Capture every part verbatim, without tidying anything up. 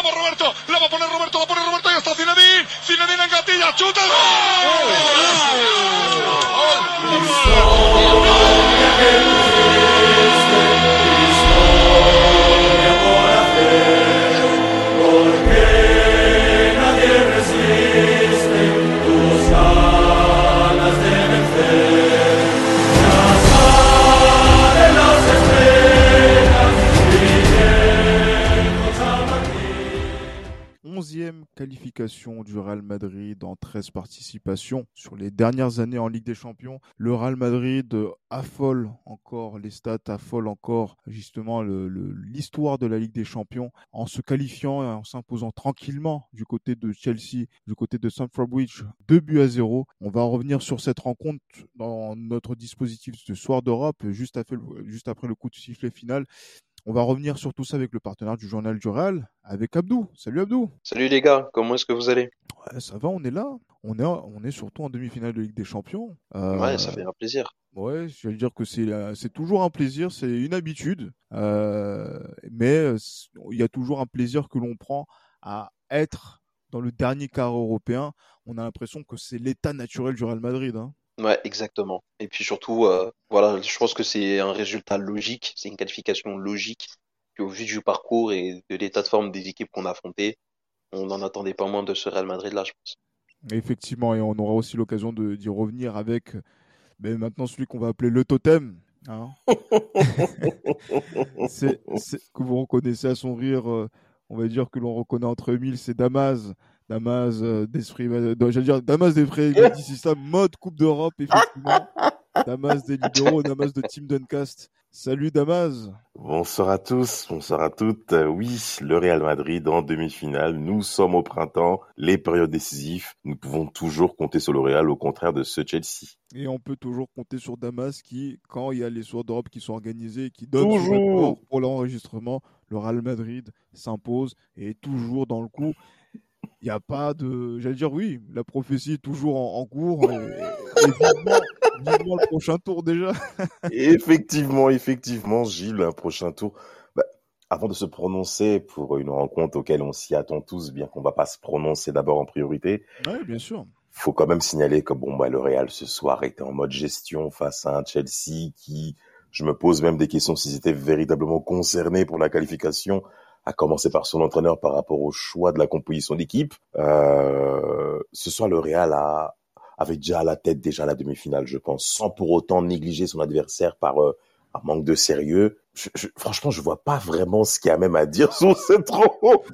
Vamos Roberto, la va a poner Roberto, la pone Roberto y está Zinedine, Zinedine en gatilla, chuta. Porque nadie resiste tus ganas de vencer. Ya salen las estrellas brillemos a Madrid. onzième qualification du Real Madrid en treize participations sur les dernières années en Ligue des Champions. Le Real Madrid affole encore, les stats affolent encore justement le, le, l'histoire de la Ligue des Champions en se qualifiant et en s'imposant tranquillement du côté de Chelsea, du côté de Stamford Bridge, deux buts à zéro. On va revenir sur cette rencontre dans notre dispositif de Soir d'Europe, juste après, juste après le coup de sifflet final. On va revenir sur tout ça avec le partenaire du Journal du Real, avec Abdou. Salut Abdou. Salut les gars, comment est-ce que vous allez? Ouais, ça va, on est là. On est, on est surtout en demi-finale de Ligue des Champions. Euh, Ouais, ça fait un plaisir. Ouais, je vais dire que c'est, c'est toujours un plaisir, c'est une habitude. Euh, mais il y a toujours un plaisir que l'on prend à être dans le dernier quart européen. On a l'impression que c'est l'état naturel du Real Madrid, hein. Ouais, exactement. Et puis surtout, euh, voilà, je pense que c'est un résultat logique, c'est une qualification logique. Puis au vu du parcours et de l'état de forme des équipes qu'on a affrontées, on n'en attendait pas moins de ce Real Madrid-là, je pense. Effectivement, et on aura aussi l'occasion de, d'y revenir avec ben, maintenant celui qu'on va appeler le totem. Hein. c'est, c'est que vous reconnaissez à son rire, euh, on va dire que l'on reconnaît entre mille, c'est Damas. Damas euh, d'esprit, euh, j'allais dire Damas d'esprit, d'ici ça, mode Coupe d'Europe, effectivement. Damas des libéraux, Damas de Team Duncast. Salut Damas. Bonsoir à tous, bonsoir à toutes. Euh, oui, le Real Madrid en demi-finale. Nous sommes au printemps, les périodes décisives. Nous pouvons toujours compter sur le Real, au contraire de ce Chelsea. Et on peut toujours compter sur Damas qui, quand il y a les Soirs d'Europe qui sont organisés, qui donnent toujours son accord pour l'enregistrement, le Real Madrid s'impose et est toujours dans le coup. Il n'y a pas de... J'allais dire oui, la prophétie est toujours en, en cours. Et, et vivement, vivement le prochain tour déjà. Effectivement, effectivement, Gilles, un prochain tour. Bah, avant de se prononcer pour une rencontre auquel on s'y attend tous, bien qu'on ne va pas se prononcer d'abord en priorité. Oui, bien sûr. Faut quand même signaler que bon, bah, le Real ce soir était en mode gestion face à un Chelsea qui, je me pose même des questions s'ils étaient véritablement concernés pour la qualification, à commencer par son entraîneur par rapport au choix de la composition d'équipe. Euh, ce soir, le Real a, avait déjà à la tête déjà la demi-finale, je pense, sans pour autant négliger son adversaire par euh, un manque de sérieux. Je, je, franchement, je vois pas vraiment ce qu'il y a même à dire sur cette rencontre.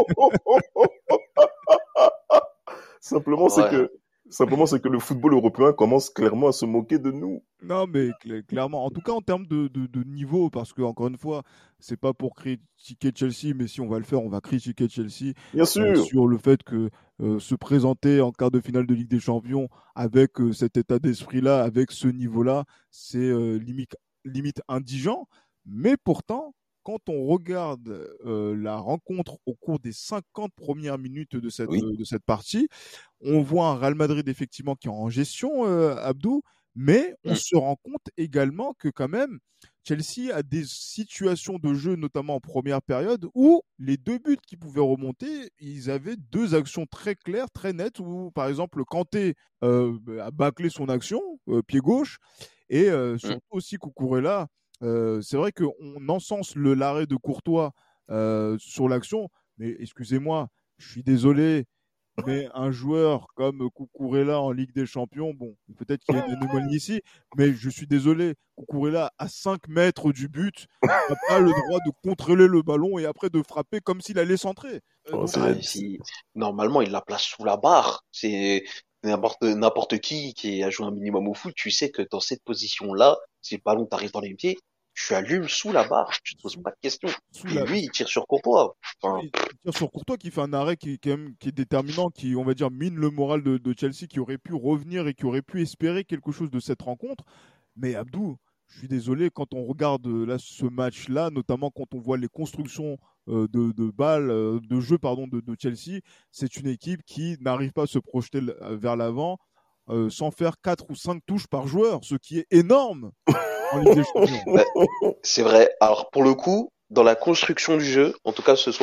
Simplement, ouais. c'est que Simplement, c'est que le football européen commence clairement à se moquer de nous. Non, mais cl- clairement, en tout cas en termes de, de, de niveau, parce que encore une fois, c'est pas pour critiquer Chelsea, mais si on va le faire, on va critiquer Chelsea. Bien sûr. Euh, sur le fait que euh, se présenter en quart de finale de Ligue des Champions avec euh, cet état d'esprit-là, avec ce niveau-là, c'est euh, limite, limite indigent. Mais pourtant, quand on regarde euh, la rencontre au cours des cinquante premières minutes de cette, oui. euh, de cette partie, on voit un Real Madrid effectivement qui est en gestion, euh, Abdou, mais on mmh. se rend compte également que quand même Chelsea a des situations de jeu, notamment en première période, où les deux buts qui pouvaient remonter, ils avaient deux actions très claires, très nettes, où par exemple Kanté euh, a bâclé son action, euh, pied gauche, et euh, surtout mmh. aussi Cucurella. Euh, c'est vrai qu'on encense le l'arrêt de Courtois euh, sur l'action, mais excusez-moi, je suis désolé, mais un joueur comme Cucurella en Ligue des Champions, bon, peut-être qu'il y a une anomalie ici, mais je suis désolé, Cucurella à cinq mètres du but n'a pas le droit de contrôler le ballon et après de frapper comme s'il allait centrer. Euh, oh, donc, ah, si, normalement, il la place sous la barre. C'est n'importe n'importe qui qui a joué un minimum au foot, tu sais que dans cette position-là, si le ballon t'arrive dans les pieds, tu allumes sous la barre, tu te poses pas de questions. Sous et la... lui, il tire sur Courtois. Enfin... Il tire sur Courtois qui fait un arrêt qui, qui, est, qui est déterminant, qui, on va dire, mine le moral de, de Chelsea, qui aurait pu revenir et qui aurait pu espérer quelque chose de cette rencontre. Mais Abdou, je suis désolé, quand on regarde là, ce match-là, notamment quand on voit les constructions euh, de, de balles, euh, de jeu pardon, de, de Chelsea, c'est une équipe qui n'arrive pas à se projeter vers l'avant euh, sans faire quatre ou cinq touches par joueur, ce qui est énorme. C'est vrai. Alors pour le coup, dans la construction du jeu, en tout cas ce soir,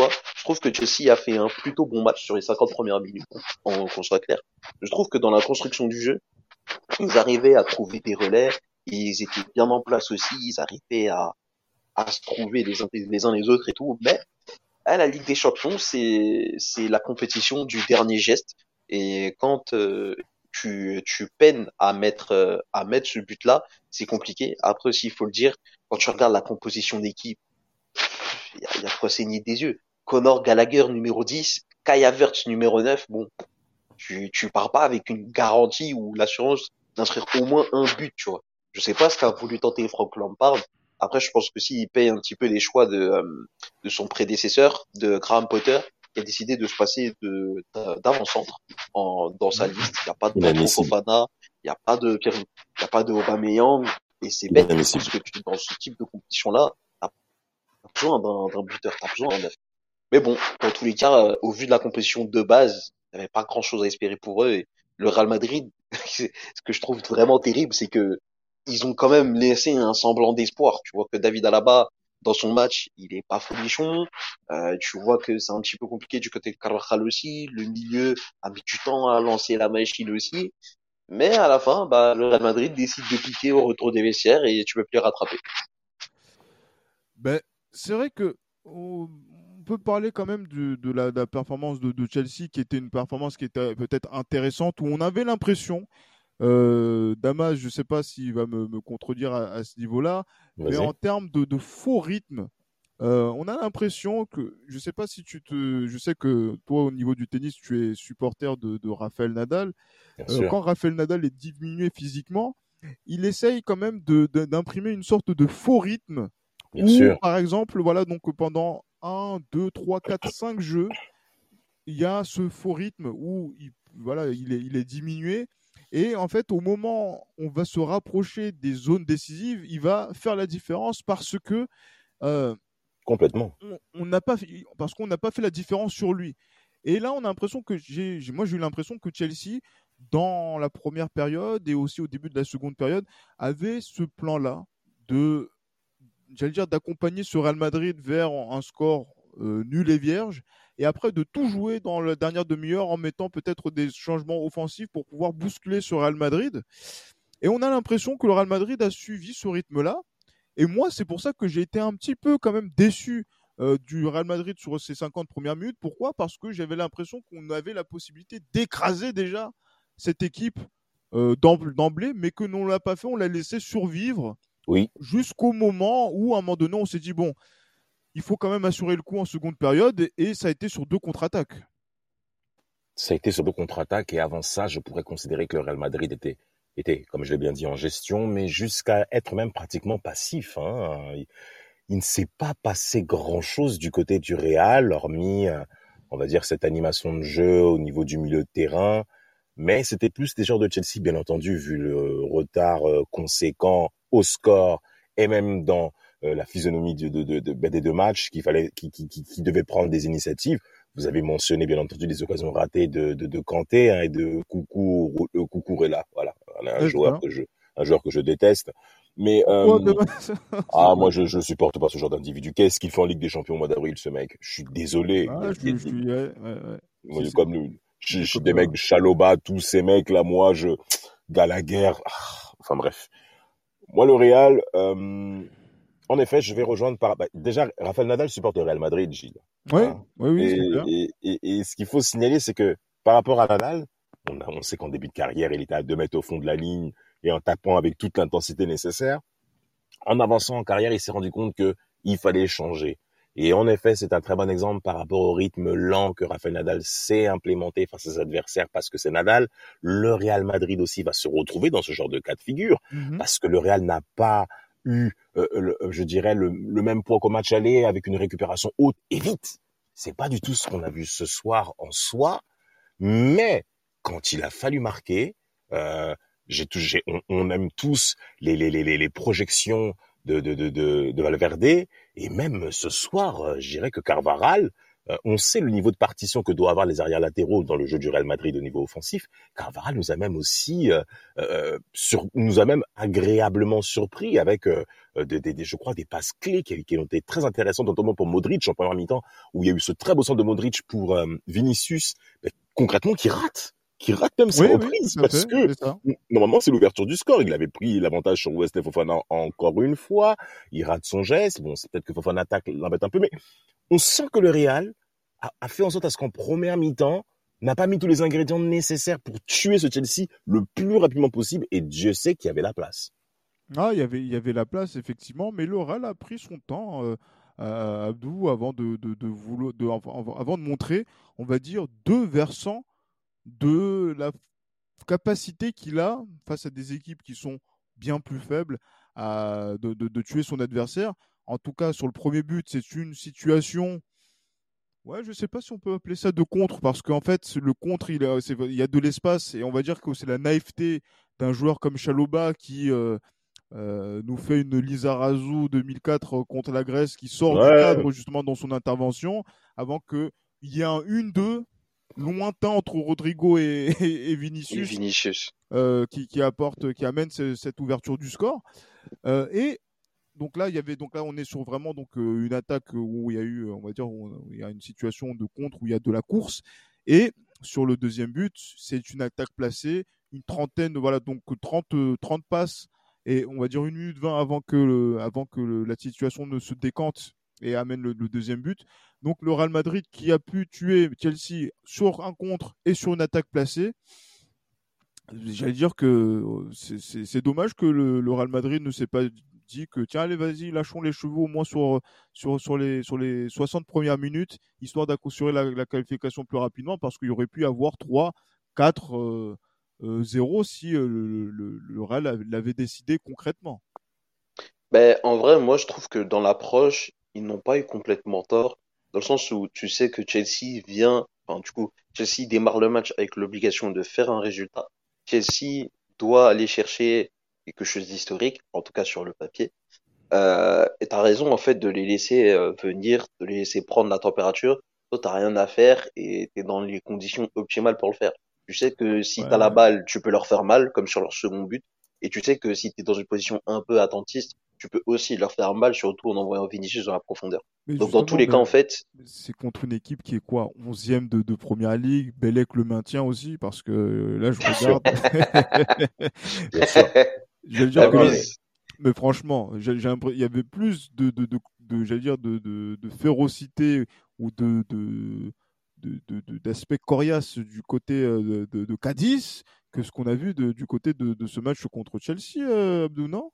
trouve que Chelsea a fait un plutôt bon match sur les cinquante premières minutes, en, qu'on soit clair. Je trouve que dans la construction du jeu, ils arrivaient à trouver des relais, ils étaient bien en place aussi, ils arrivaient à, à se trouver les uns, les uns les autres et tout, mais à la Ligue des Champions, c'est, c'est la compétition du dernier geste, et quand euh, tu, tu peines à mettre, euh, à mettre ce but-là, c'est compliqué. Après aussi, il faut le dire, quand tu regardes la composition d'équipe, il y a, y a quoi saigner des yeux. Conor Gallagher numéro dix, Kai Havertz numéro neuf, bon, tu, tu pars pas avec une garantie ou l'assurance d'inscrire au moins un but, tu vois. Je sais pas ce qu'a voulu tenter Frank Lampard. Après, je pense que s'il paye un petit peu les choix de, euh, de son prédécesseur, de Graham Potter, qui a décidé de se passer de, d'avant-centre en, dans sa liste. Il n'y a pas de Pedro Fofana, il n'y a pas de Pierre, il n'y a pas de Aubameyang, et c'est bête, parce que tu, dans ce type de compétition-là, t'as besoin d'un, d'un buteur, t'as besoin d'un neuf. Mais bon, dans tous les cas, euh, au vu de la compétition de base, il n'y avait pas grand chose à espérer pour eux, et le Real Madrid, ce que je trouve vraiment terrible, c'est que ils ont quand même laissé un semblant d'espoir. Tu vois que David Alaba, dans son match, il est pas folichon. Euh, tu vois que c'est un petit peu compliqué du côté de Carvajal aussi. Le milieu a mis du temps à lancer la machine aussi. Mais à la fin, bah, le Real Madrid décide de piquer au retour des vestiaires et tu peux plus les rattraper. Ben, c'est vrai que on peut parler quand même de, de, la, de la performance de, de Chelsea, qui était une performance qui était peut-être intéressante, où on avait l'impression, euh, Damas, je ne sais pas s'il va me, me contredire à, à ce niveau-là, Vas-y. mais en termes de, de faux rythme, euh, on a l'impression que, je ne sais pas si tu te, je sais que toi au niveau du tennis, tu es supporter de, de Rafael Nadal. Euh, quand Rafael Nadal est diminué physiquement, il essaye quand même de, de, d'imprimer une sorte de faux rythme. Bien où, sûr. Par exemple, voilà, donc pendant un, deux, trois, quatre, cinq jeux, il y a ce faux rythme où il, voilà, il est, il est diminué. Et en fait, au moment où on va se rapprocher des zones décisives, il va faire la différence parce que euh, complètement. On, on n'a pas fait, parce qu'on n'a pas fait la différence sur lui. Et là, on a l'impression que j'ai, moi, j'ai eu l'impression que Chelsea, dans la première période et aussi au début de la seconde période, avait ce plan-là de, j'allais dire, d'accompagner ce Real Madrid vers un score euh, nul et vierge, et après de tout jouer dans la dernière demi-heure en mettant peut-être des changements offensifs pour pouvoir bousculer ce Real Madrid. Et on a l'impression que le Real Madrid a suivi ce rythme-là. Et moi, c'est pour ça que j'ai été un petit peu quand même déçu euh, du Real Madrid sur ces cinquante premières minutes. Pourquoi ? Parce que j'avais l'impression qu'on avait la possibilité d'écraser déjà cette équipe euh, d'emblée, mais que nous ne l'a pas fait, on l'a laissé survivre. Oui. Jusqu'au moment où, à un moment donné, on s'est dit, bon, il faut quand même assurer le coup en seconde période, et ça a été sur deux contre-attaques. Ça a été sur deux contre-attaques, et avant ça, je pourrais considérer que le Real Madrid était, était comme je l'ai bien dit, en gestion, mais jusqu'à être même pratiquement passif. Hein. Il, il ne s'est pas passé grand-chose du côté du Real, hormis, on va dire, cette animation de jeu au niveau du milieu de terrain, mais c'était plus des joueurs de Chelsea, bien entendu, vu le retard conséquent au score, et même dans euh, la physionomie de, de, de, de, des deux matchs, qu'il fallait, qui, qui, qui, qui devait prendre des initiatives. Vous avez mentionné, bien entendu, les occasions ratées de, de, de Kanté hein, et de Coucou, euh, Cucurella. Voilà, un oui, joueur que je, un joueur que je déteste. Mais euh, oh, ah, moi, je, je supporte pas ce genre d'individu. Qu'est-ce qu'il fait en Ligue des Champions au mois d'avril, ce mec ? Je suis désolé. Ah, je, je, je, ouais, ouais, ouais. Moi, c'est, comme le, je, je suis des mecs Chaloba, tous ces mecs là. Moi, je Gallagher. Ah, enfin bref. Moi, le Real, euh, en effet, je vais rejoindre par... Bah, déjà, Rafael Nadal supporte le Real Madrid, Gilles. Oui, hein oui, oui. Et, c'est et, et, et ce qu'il faut signaler, c'est que par rapport à Nadal, on, a, on sait qu'en début de carrière, il était à deux mètres au fond de la ligne et en tapant avec toute l'intensité nécessaire. En avançant en carrière, il s'est rendu compte qu'il fallait changer. Et en effet, c'est un très bon exemple par rapport au rythme lent que Rafael Nadal sait implémenter face à ses adversaires parce que c'est Nadal. Le Real Madrid aussi va se retrouver dans ce genre de cas de figure mm-hmm. parce que le Real n'a pas eu, euh, le, je dirais, le, le même poids qu'au match aller avec une récupération haute et vite. C'est pas du tout ce qu'on a vu ce soir en soi, mais quand il a fallu marquer, euh, j'ai tout, j'ai, on, on aime tous les, les, les, les projections de, de, de, de, de Valverde, et même ce soir, je dirais que Carvajal, Euh, on sait le niveau de partition que doivent avoir les arrières latéraux dans le jeu du Real Madrid au niveau offensif. Carvajal nous a même aussi, euh, euh, sur, nous a même agréablement surpris avec, euh, des, des, des, je crois, des passes clés qui, qui ont été très intéressantes, notamment pour Modric en première mi-temps, où il y a eu ce très beau centre de Modric pour euh, Vinicius, mais concrètement qui rate, qui rate même sa Oui, oui, reprise tout à parce fait, que c'est ça. normalement c'est l'ouverture du score. Il avait pris l'avantage sur Wesley Fofana encore une fois. Il rate son geste. Bon, c'est peut-être que Fofana attaque l'embête un peu, mais on sent que le Real a, a fait en sorte à ce qu'en première mi-temps, n'a pas mis tous les ingrédients nécessaires pour tuer ce Chelsea le plus rapidement possible, et Dieu sait qu'il y avait la place. Ah, il y avait, il y avait la place, effectivement, mais le Real a pris son temps, euh, à Abdou, avant de, de, de, vouloir- de- avant avant de montrer, on va dire, deux versants de la capacité qu'il a face à des équipes qui sont bien plus faibles à, de, de- de tuer son adversaire. En tout cas, sur le premier but, c'est une situation. Ouais, je sais pas si on peut appeler ça de contre, parce qu'en fait, le contre, il, a- c'est- il y a de l'espace, et on va dire que c'est la naïveté d'un joueur comme Chalobah qui euh, euh, nous fait une Lizarazu deux mille quatre contre la Grèce, qui sort du Ouais, cadre justement dans son intervention, avant qu'il y ait un un deux lointain entre Rodrigo et, et- et Et Vinicius, Vinicius. euh, qui, qui apporte, qui amène ce- cette ouverture du score. Euh, et donc là, il y avait donc là, on est sur vraiment donc euh, une attaque où il y a eu, on va dire, où il y a une situation de contre où il y a de la course. Et sur le deuxième but, c'est une attaque placée, une trentaine, voilà, donc trente, euh, trente passes, et on va dire une minute vingt avant que, le- avant que le- la situation ne se décante et amène le, le deuxième but. Donc le Real Madrid qui a pu tuer Chelsea sur un contre et sur une attaque placée. J'allais dire que euh, c'est- c'est c'est dommage que le, le Real Madrid ne s'est pas dit que tiens, allez, vas-y, lâchons les chevaux au moins sur, sur, sur, les, sur les soixante premières minutes, histoire d'assurer la, la qualification plus rapidement, parce qu'il y aurait pu y avoir trois, quatre, euh, euh, zéro si euh, le, le, le Real avait- l'avait décidé concrètement. Ben, en vrai, moi, je trouve que dans l'approche, ils n'ont pas eu complètement tort, dans le sens où tu sais que Chelsea vient, enfin, du coup, Chelsea démarre le match avec l'obligation de faire un résultat. Chelsea doit aller chercher quelque chose d'historique, en tout cas sur le papier. Euh, et t'as raison, en fait, de les laisser euh, venir, de les laisser prendre la température. Toi, t'as rien à faire et t'es dans les conditions optimales pour le faire. Tu sais que si t'as la Ouais. balle, tu peux leur faire mal, comme sur leur second but. Et tu sais que si t'es dans une position un peu attentiste, tu peux aussi leur faire mal, surtout en envoyant Vinicius dans la profondeur. Mais Donc, dans tous justement, les cas, mais en fait, c'est contre une équipe qui est quoi, onzième de, de première ligue, Bellec le maintien aussi, parce que euh, là, je bien sûr, regarde. bien sûr. Je vais dire Non, que non, là, mais abuse. mais franchement, j'ai, j'ai l'impression- il y avait plus de, de, de, de- j'allais dire, de, de, de férocité ou de, de, de, de- de- d'aspect coriace du côté euh, de, de, de Cadiz que ce qu'on a vu de- du côté de, de ce match contre Chelsea, euh, Abdou, non?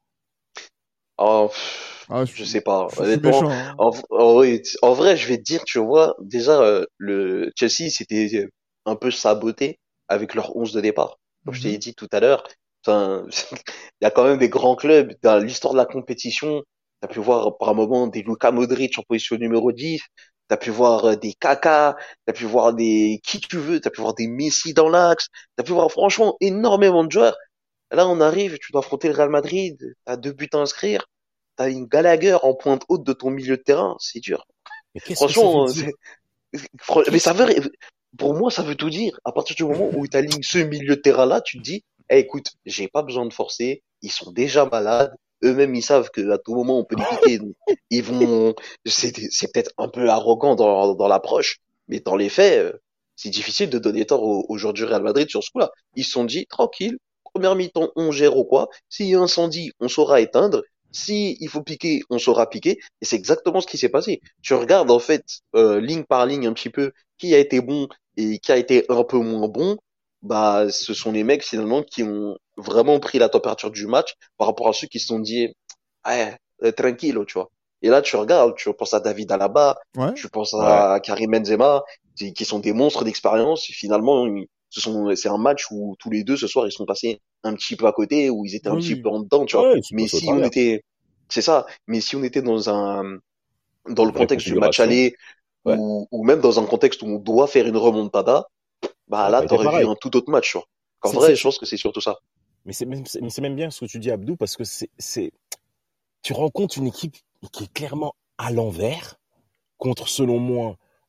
Oh, pff, Ah, je, je suis sais pas. je suis Honnêtement, méchant, hein. en, en vrai, en vrai, je vais te dire, tu vois, déjà, euh, le Chelsea s'était un peu saboté avec leur onze de départ. Comme je t'ai Mhm. dit tout à l'heure, enfin, il y a quand même des grands clubs dans l'histoire de la compétition. T'as pu voir par un moment des Luka Modric en position numéro dix. T'as pu voir euh, des Kaka. T'as pu voir des qui tu veux. T'as pu voir des Messi dans l'axe. T'as pu voir franchement énormément de joueurs. Là, on arrive, tu dois affronter le Real Madrid. T'as deux buts à inscrire. T'as une Gallagher en pointe haute de ton milieu de terrain, c'est dur. mais qu'est-ce que ça veut Franchement, dire? c'est- fran- mais Qu'est-ce ça que... veut, pour moi, ça veut tout dire. À partir du moment où tu alignes ce milieu de terrain-là, tu te dis, eh, écoute, j'ai pas besoin de forcer, ils sont déjà malades, eux-mêmes ils savent qu'à tout moment on peut les piquer, donc ils vont, c'est, c'est peut-être un peu arrogant dans, dans l'approche, mais dans les faits, euh, c'est difficile de donner tort aux, aux joueurs du Real Madrid sur ce coup-là. Ils se sont dit, tranquille, première mi-temps, on gère ou quoi. S'il y a incendie, on saura éteindre. Si il faut piquer, on saura piquer. Et c'est exactement ce qui s'est passé. Tu regardes, en fait, euh, ligne par ligne un petit peu, qui a été bon et qui a été un peu moins bon. Bah, ce sont les mecs, finalement, qui ont vraiment pris la température du match par rapport à ceux qui se sont dit, ouais, euh, tranquillo, tu vois. Et là, tu regardes, tu penses à David Alaba, Ouais. tu penses Ouais. à Karim Benzema, qui qui sont des monstres d'expérience. Finalement, ils- ce sont, c'est un match où tous les deux, ce soir, ils sont passés un petit peu à côté, où ils étaient un Oui, petit oui. peu en dedans, tu vois. Ouais, ils sont Mais passés au si on travers. était, c'est ça, mais si on était dans un, dans Une le vraie contexte du match configuration. aller, Ouais, ou, ou même dans un contexte où on doit faire une remontada, ça bah n'a là, pas été t'aurais vu pareil. un tout autre match, tu vois. En C'est, vrai, c'est, je c'est- pense que c'est surtout ça. mais c'est même, c'est, mais c'est même bien ce que tu dis, Abdou, parce que c'est, c'est, tu rencontres une équipe qui est clairement à l'envers contre, selon moi,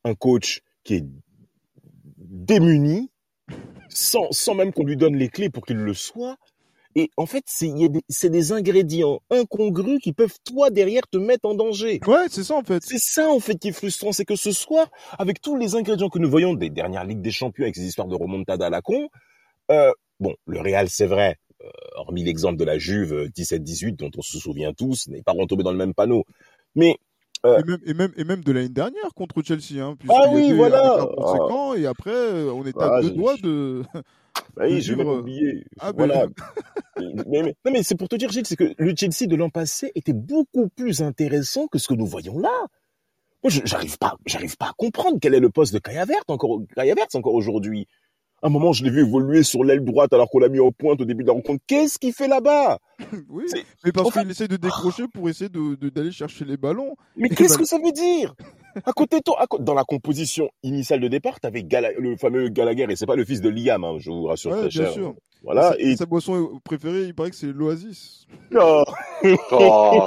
un coach qui est démuni, sans, sans même qu'on lui donne les clés pour qu'il le soit. Et en fait, c'est, y a des, c'est des ingrédients incongrus qui peuvent, toi, derrière, te mettre en danger. Ouais, c'est ça, en fait. C'est ça, en fait, qui est frustrant. C'est que ce soir, avec tous les ingrédients que nous voyons des dernières Ligues des Champions, avec ces histoires de remontada à la con, euh, bon, le Real, c'est vrai, euh, hormis l'exemple de la Juve dix-sept dix-huit, dont on se souvient tous, n'est pas retombé dans le même panneau. Mais Euh, et, même, et, même, et même de l'année dernière contre Chelsea, hein, ah oui, y avait voilà. un écart conséquent, et après, on était Ah, à deux je, doigts je... de. Bah oui, de je vais vivre... oublier. Ah, voilà. ben... mais, mais, non, mais c'est pour te dire, Gilles, c'est que le Chelsea de l'an passé était beaucoup plus intéressant que ce que nous voyons là. Moi, je, j'arrive pas, j'arrive pas à comprendre quel est le poste de Kai Havertz encore, Kai Havertz encore aujourd'hui. À un moment, je l'ai vu évoluer sur l'aile droite alors qu'on l'a mis en pointe au début de la rencontre. Qu'est-ce qu'il fait là-bas? Oui, c'est... mais parce enfin... qu'il essaie de décrocher pour essayer de, de, d'aller chercher les ballons. Mais et qu'est-ce ben... que ça veut dire? À côté de toi, à côté... dans la composition initiale de départ, t'avais Gala... le fameux Gallagher, et c'est pas le fils de Liam, hein, je vous rassure ouais, très bien cher. Sûr. Voilà. Et, et sa boisson préférée, il paraît que c'est l'Oasis. Non. Oh.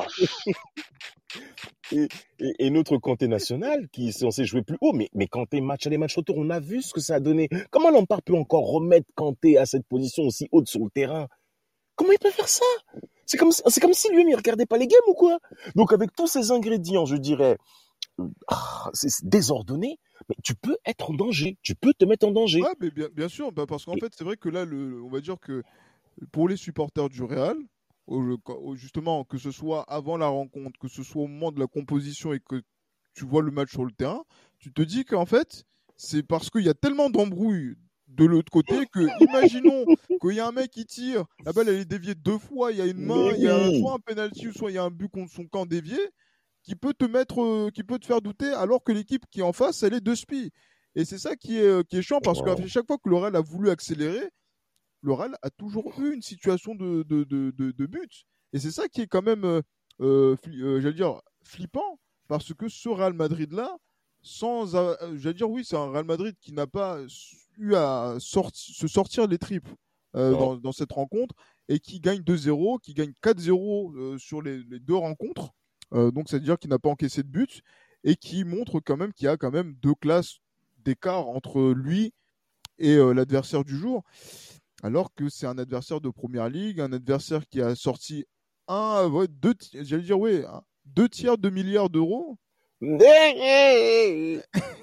Et, et, et notre Kanté national qui est censé jouer plus haut, mais, mais Kanté match aller match retour, on a vu ce que ça a donné. Comment Lampard peut encore remettre Kanté à cette position aussi haute sur le terrain? Comment il peut faire ça? C'est comme, c'est comme si lui-même il regardait pas les games ou quoi? Donc avec tous ces ingrédients, je dirais, ah, c'est désordonné, mais tu peux être en danger, tu peux te mettre en danger. Ouais, mais bien, bien sûr, bah parce qu'en et... fait c'est vrai que là, le, on va dire que pour les supporters du Real, justement, que ce soit avant la rencontre, que ce soit au moment de la composition et que tu vois le match sur le terrain, tu te dis qu'en fait, c'est parce qu'il y a tellement d'embrouilles de l'autre côté que, imaginons qu'il y a un mec qui tire, la balle elle est déviée deux fois, il y a une main, il y a soit un penalty, soit il y a un but contre son camp dévié, qui peut te mettre, euh, qui peut te faire douter, alors que l'équipe qui est en face, elle est de spi. Et c'est ça qui est, qui est chiant, parce qu'à chaque fois que le Real a voulu accélérer, le Real a toujours eu une situation de, de, de, de, de but. Et c'est ça qui est quand même, euh, euh, j'allais dire, flippant, parce que ce Real Madrid-là, sans, euh, j'allais dire, oui, c'est un Real Madrid qui n'a pas eu à sorti, se sortir les tripes euh, dans, dans cette rencontre, et qui gagne deux zéro, qui gagne quatre zéro euh, sur les, les deux rencontres. Euh, donc, c'est-à-dire qu'il n'a pas encaissé de but, et qui montre quand même qu'il y a quand même deux classes d'écart entre lui et euh, l'adversaire du jour. Alors que c'est un adversaire de première ligue, un adversaire qui a sorti un, ouais, deux, j'allais dire, ouais, deux tiers de milliards d'euros. Ouais,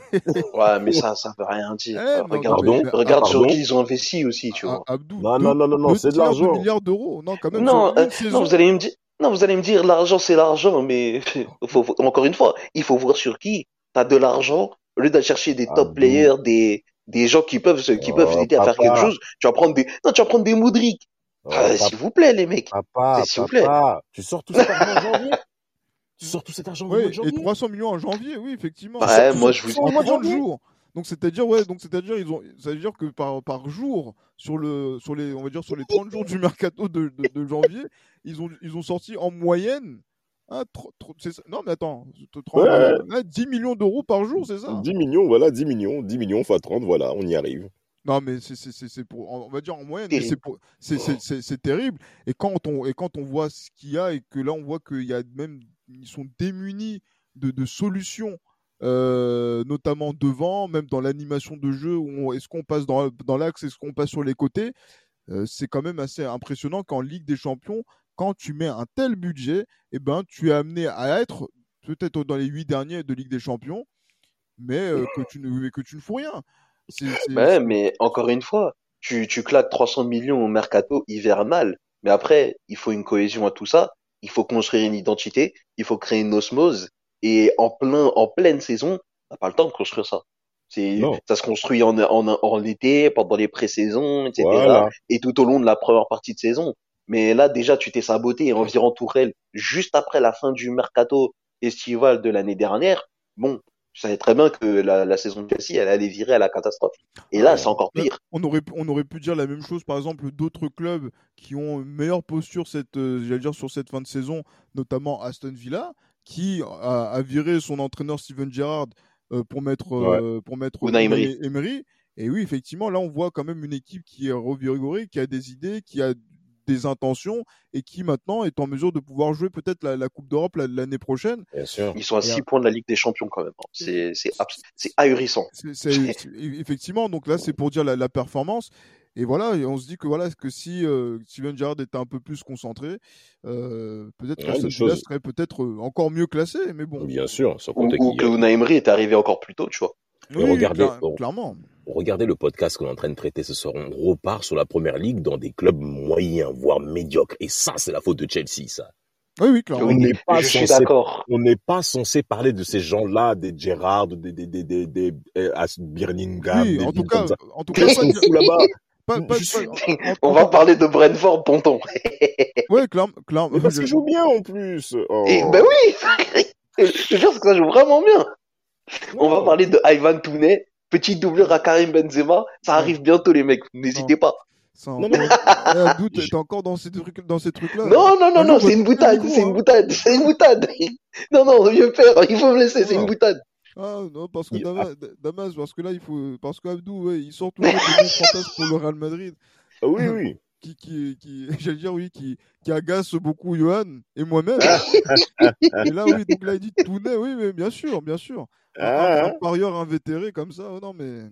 mais ça, ça veut rien dire. Eh, regarde, pardon, mais, regarde ah, sur qui ils ont investi aussi, tu ah, vois. Abdou, non, non, non, non, non, c'est de l'argent. deux milliards d'euros, non, quand même. Non, euh, non, vous allez me dire, non, vous allez me dire, l'argent, c'est l'argent, mais faut, faut, encore une fois, il faut voir sur qui. T'as de l'argent, au lieu d'aller chercher des top Abdou. players, des des gens qui peuvent qui oh, peuvent t'aider à faire quelque chose, tu vas prendre des non tu vas prendre des Modric. Oh, ah, s'il vous plaît les mecs. Papa, s'il vous plaît. Tu sors tout cet argent en janvier. Tu sors tout cet argent ouais, en janvier. Et trois cents millions en janvier, oui, effectivement. Ouais, moi je vous en trente jours. Donc c'est-à-dire ouais, donc c'est-à-dire ils ont ça veut dire que par par jour sur le sur les on va dire sur les trente jours du mercato de, de, de janvier, ils ont ils ont sorti en moyenne Ah, trop, trop, c'est ça. Non, mais attends, trente, ouais. là, dix millions d'euros par jour, c'est ça? dix millions, voilà, dix millions, dix millions fois trente, voilà, on y arrive. Non, mais c'est, c'est, c'est, c'est pour, on va dire en moyenne, mais c'est, pour, c'est, c'est, c'est, c'est terrible. Et quand, on, et quand on voit ce qu'il y a, et que là, on voit qu'il y a même, ils sont démunis de, de solutions, euh, notamment devant, même dans l'animation de jeu, où on, est-ce qu'on passe dans, dans l'axe, est-ce qu'on passe sur les côtés, euh, c'est quand même assez impressionnant qu'en Ligue des Champions, quand tu mets un tel budget, eh ben, tu es amené à être peut-être dans les huit derniers de Ligue des Champions, mais euh, que, tu ne, que tu ne fous rien. C'est, c'est, ouais, c'est... mais encore une fois, tu, tu claques trois cents millions au mercato hivernal, mais après, il faut une cohésion à tout ça, il faut construire une identité, il faut créer une osmose, et en plein, en pleine saison, t'as pas le temps de construire ça. C'est, ça se construit en, en, en été, pendant les pré-saisons, et cetera. Voilà. Et tout au long de la première partie de saison. Mais là, déjà, tu t'es saboté environ Tourelle juste après la fin du mercato estival de l'année dernière. Bon, je savais très bien que la, la saison de Chelsea, elle allait virer à la catastrophe. Et là, c'est encore pire. On aurait, on aurait pu dire la même chose, par exemple, d'autres clubs qui ont une meilleure posture cette, euh, j'allais dire, sur cette fin de saison, notamment Aston Villa, qui a, a viré son entraîneur Steven Gerrard euh, pour mettre, euh, ouais. pour mettre Unai Emery. Emery. Et oui, effectivement, là, on voit quand même une équipe qui est revigorée, qui a des idées, qui a des intentions et qui maintenant est en mesure de pouvoir jouer peut-être la, la Coupe d'Europe la, l'année prochaine. Bien sûr. Ils sont à Et, six points de la Ligue des Champions quand même. C'est, c'est, abs- c'est ahurissant. c'est, c'est, c'est- effectivement, donc là, c'est pour dire la, la performance. Et voilà, et on se dit que voilà, que si euh, Steven Gerrard était un peu plus concentré, euh, peut-être Ouais, qu'Aston des Villa choses- serait peut-être euh, encore mieux classé. Mais bon, Bien sûr, sans Ou, compter ou qu'il que y a- Unai Emery est arrivé encore plus tôt, tu vois. oui, regardez, cla- bon. clairement. Regardez le podcast qu'on est en train de traiter ce soir. On repart sur la première ligue dans des clubs moyens, voire médiocres. Et ça, c'est la faute de Chelsea, ça. Oui, oui, clairement. Oui, On n'est pas je suis censé- d'accord. On n'est pas censé parler de ces gens-là, des Gerrard, des, des, des, des, des, euh, As- Birmingham, Oui, des en tout villes cas, comme ça. en tout cas, Ils pas sont dire- fous là-bas. pas- pas- Je suis- pas- en- On en- va parler de Brentford, Ponton. Ouais, clairement, clairement. Mais parce qu'ils jouent bien en plus. Oh. Et ben oui, je te jure que ça joue vraiment bien. On va Non. parler de Ivan Tounet, petit doubleur à Karim Benzema. Ça arrive bientôt, les mecs. N'hésitez pas. Ça, Non, encore- non. Eh, Abdou, t'es t'es encore dans ces trucs, dans ces trucs-là. Non, non, non, Un non, jour, c'est une votre boutade, micro, c'est hein. une boutade, c'est une boutade. Non, non, vieux père, il faut me laisser, c'est une boutade. Ah non, parce que Il- Damas, Damas, parce que là, il faut, parce qu'Abdou, ouais, il sort toujours des bons fantasmes pour le Real Madrid, Ah oui, oui. qui, qui, qui, j'allais dire oui, qui, qui agace beaucoup Johan et moi-même. Et là, oui, donc là, il dit Tounet, oui, mais bien sûr, bien sûr. Un, un- Ah, un parieur invétéré comme ça, oh non mais.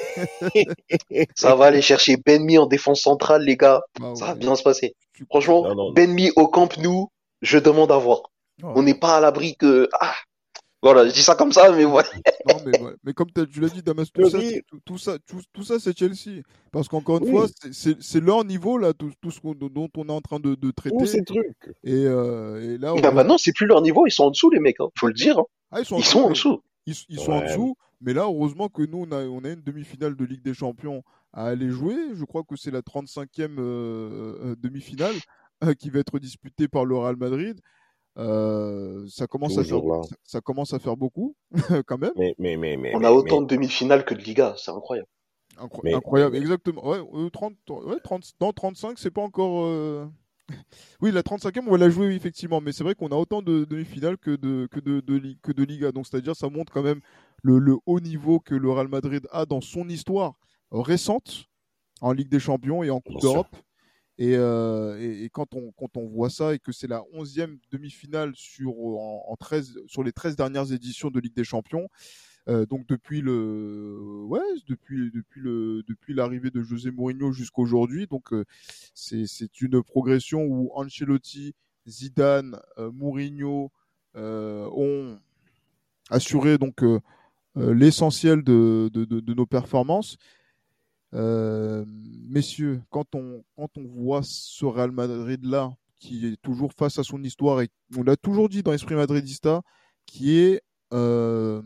Ça va aller chercher Benmi en défense centrale, les gars. Bah, Ça va ouais, bien se passer. tu- Franchement, Non, non. Benmi au Camp Nou, je demande à voir. Ouais. On n'est pas à l'abri que... Ah, voilà, je dis ça comme ça, mais voilà. Non, mais, ouais. Mais comme t'as- tu l'as dit, Damas, tout Le ça, riz. c'est- tout, tout ça, tout, tout ça, c'est Chelsea. Parce qu'encore une Oui. fois, c'est- c'est c'est leur niveau, là, tout, tout ce qu'on- dont on est en train de, de traiter. Tous ces trucs. Et, euh, et là, Bah on- maintenant, c'est plus leur niveau, ils sont en dessous, les mecs. Hein. Faut le dire. Hein. ah, ils sont en Ils dessous, sont en mais- dessous. Ils, ils sont en Ouais. dessous, mais là, heureusement que nous, on a, on a une demi-finale de Ligue des Champions à aller jouer. Je crois que c'est la trente-cinquième euh, euh, demi-finale euh, qui va être disputée par le Real Madrid. Euh, ça, commence à faire, Toujours là. ça, ça commence à faire beaucoup, quand même. Mais, mais, mais, mais. On mais- a autant mais- de demi-finales que de Liga, c'est incroyable. Incro- Mais- incroyable, exactement. Ouais, euh, trente, ouais, trente, non, trente-cinq, c'est pas encore. euh, Oui, la trente-cinquième, on va la jouer, oui, effectivement. Mais c'est vrai qu'on a autant de demi-finales que de, que de, de, Li- que de Liga. Donc, c'est-à-dire, ça montre quand même le, le haut niveau que le Real Madrid a dans son histoire récente en Ligue des Champions et en Coupe Bien sûr. d'Europe. Et, euh, et, et quand, on, quand on voit ça et que c'est la onzième demi-finale sur, en, en treize, sur les treize dernières éditions de Ligue des Champions, euh, donc depuis le, ouais, depuis depuis le depuis l'arrivée de José Mourinho jusqu'aujourd'hui, donc euh, c'est c'est une progression où Ancelotti, Zidane, euh, Mourinho euh, ont assuré donc euh, euh, l'essentiel de, de, de, de nos performances. Euh, messieurs, quand on quand on voit ce Real Madrid là qui est toujours face à son histoire et on l'a toujours dit dans l'esprit madridista, qui est euh,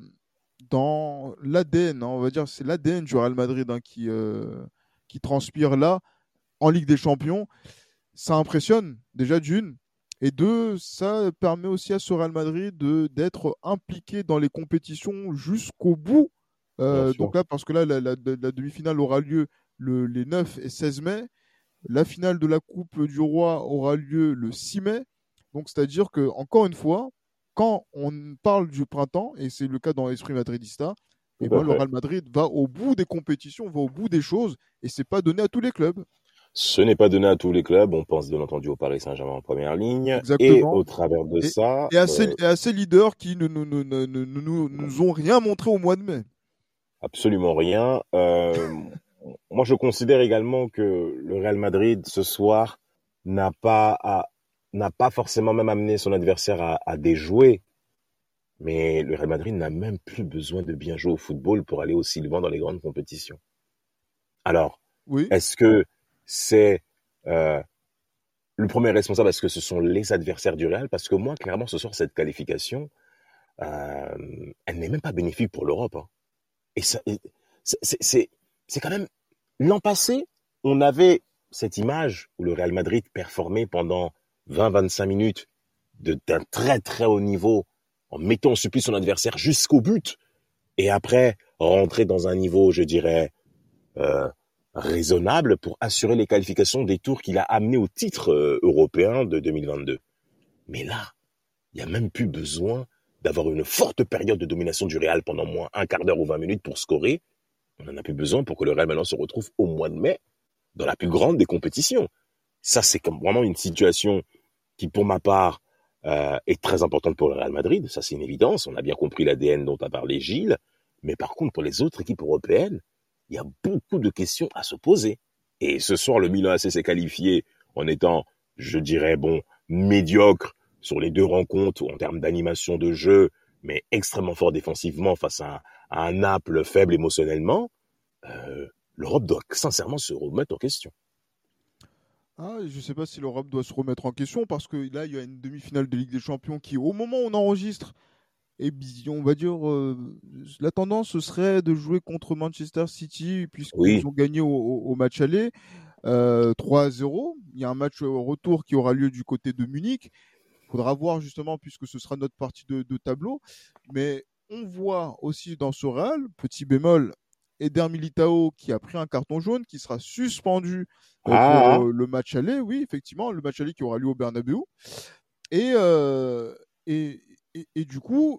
dans l'A D N, hein, on va dire, c'est l'A D N du Real Madrid hein, qui, euh, qui transpire là en Ligue des Champions. Ça impressionne déjà d'une. Et deux, ça permet aussi à ce Real Madrid de, d'être impliqué dans les compétitions jusqu'au bout. Euh, Bien sûr. donc là, parce que là, la, la- la demi-finale aura lieu le, les neuf et seize mai. La finale de la Coupe du Roi aura lieu le six mai. Donc, c'est-à-dire que, encore une fois, quand on parle du printemps, et c'est le cas dans l'esprit madridista, Tout et à ben, le fait. Real Madrid va au bout des compétitions, va au bout des choses, et c'est pas donné à tous les clubs. Ce n'est pas donné à tous les clubs. On pense bien entendu au Paris Saint-Germain en première ligne. Exactement. Et au travers de Et- ça, Et à ces, euh, et à ces leaders qui ne nous, ne, ne, ne- ne nous, nous ont rien montré au mois de mai. absolument rien. Euh, moi, je considère également que le Real Madrid ce soir n'a pas à- n'a pas forcément même amené son adversaire à, à déjouer. Mais le Real Madrid n'a même plus besoin de bien jouer au football pour aller aussi loin dans les grandes compétitions. Alors, Oui, est-ce que c'est euh, le premier responsable? Est-ce que ce sont les adversaires du Real? Parce que moi, clairement, ce soir, cette qualification, euh, elle n'est même pas bénéfique pour l'Europe. Hein. Et ça, et c'est, c'est, c'est, c'est quand même... L'an passé, on avait cette image où le Real Madrid performait pendant vingt à vingt-cinq minutes de, d'un très très haut niveau en mettant en supplice son adversaire jusqu'au but. Et après, rentrer dans un niveau, je dirais... Euh, raisonnable pour assurer les qualifications des tours qu'il a amenés au titre euh, européen de deux mille vingt-deux. Mais là, il n'y a même plus besoin d'avoir une forte période de domination du Real pendant moins un quart d'heure ou vingt minutes pour scorer. On n'en a plus besoin pour que le Real maintenant se retrouve au mois de mai dans la plus grande des compétitions. Ça, c'est comme vraiment une situation qui, pour ma part, euh, est très importante pour le Real Madrid. Ça, c'est une évidence. On a bien compris l'A D N dont a parlé Gilles. Mais par contre, pour les autres équipes européennes, il y a beaucoup de questions à se poser. Et ce soir, le Milan A C s'est qualifié en étant, je dirais, bon, médiocre sur les deux rencontres en termes d'animation de jeu, mais extrêmement fort défensivement face à un, à un Naples faible émotionnellement. Euh, L'Europe doit sincèrement se remettre en question. Ah, je ne sais pas si l'Europe doit se remettre en question parce que là, il y a une demi-finale de Ligue des Champions qui, au moment où on enregistre, et on va dire, euh, la tendance ce serait de jouer contre Manchester City puisqu'ils Oui. ont gagné au, au, au match aller euh, trois à zéro. Il y a un match retour qui aura lieu du côté de Munich. Il faudra voir justement puisque ce sera notre partie de, de tableau. Mais on voit aussi dans ce Real, petit bémol, Eder Militao qui a pris un carton jaune, qui sera suspendu euh, Ah. pour euh, le match aller. Oui, effectivement, le match aller qui aura lieu au Bernabeu. Et, euh, et, et, et du coup,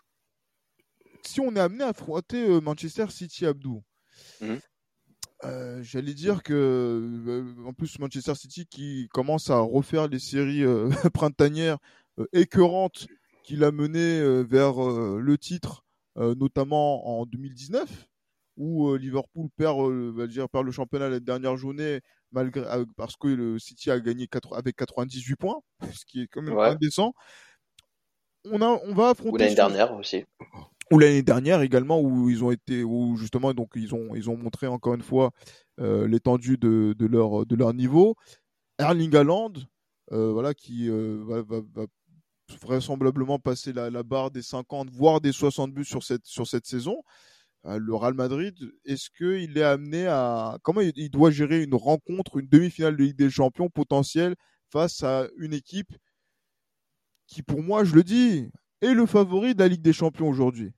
si on est amené à affronter euh, Manchester City, Abdou, Mhm. euh, j'allais dire que, euh, en plus, Manchester City qui commence à refaire les séries euh, printanières euh, écœurantes qu'il a menées euh, vers euh, le titre, euh, notamment en deux mille dix-neuf, où euh, Liverpool perd, euh, va dire, perd le championnat la dernière journée malgré, euh, parce que le City a gagné quatre, avec quatre-vingt-dix-huit points, ce qui est quand même Ouais. indécent. On, a, on va affronter Ou l'année ce- dernière aussi. ou l'année dernière également où ils ont été où justement donc ils ont ils ont montré encore une fois euh, l'étendue de, de leur de leur niveau. Erling Haaland euh, voilà qui euh, va, va, va vraisemblablement passer la, la barre des cinquante voire des soixante buts sur cette sur cette saison. Euh, le Real Madrid, est-ce qu'il est amené à comment il, il doit gérer une rencontre, une demi-finale de Ligue des Champions potentielle face à une équipe qui pour moi, je le dis, est le favori de la Ligue des Champions aujourd'hui?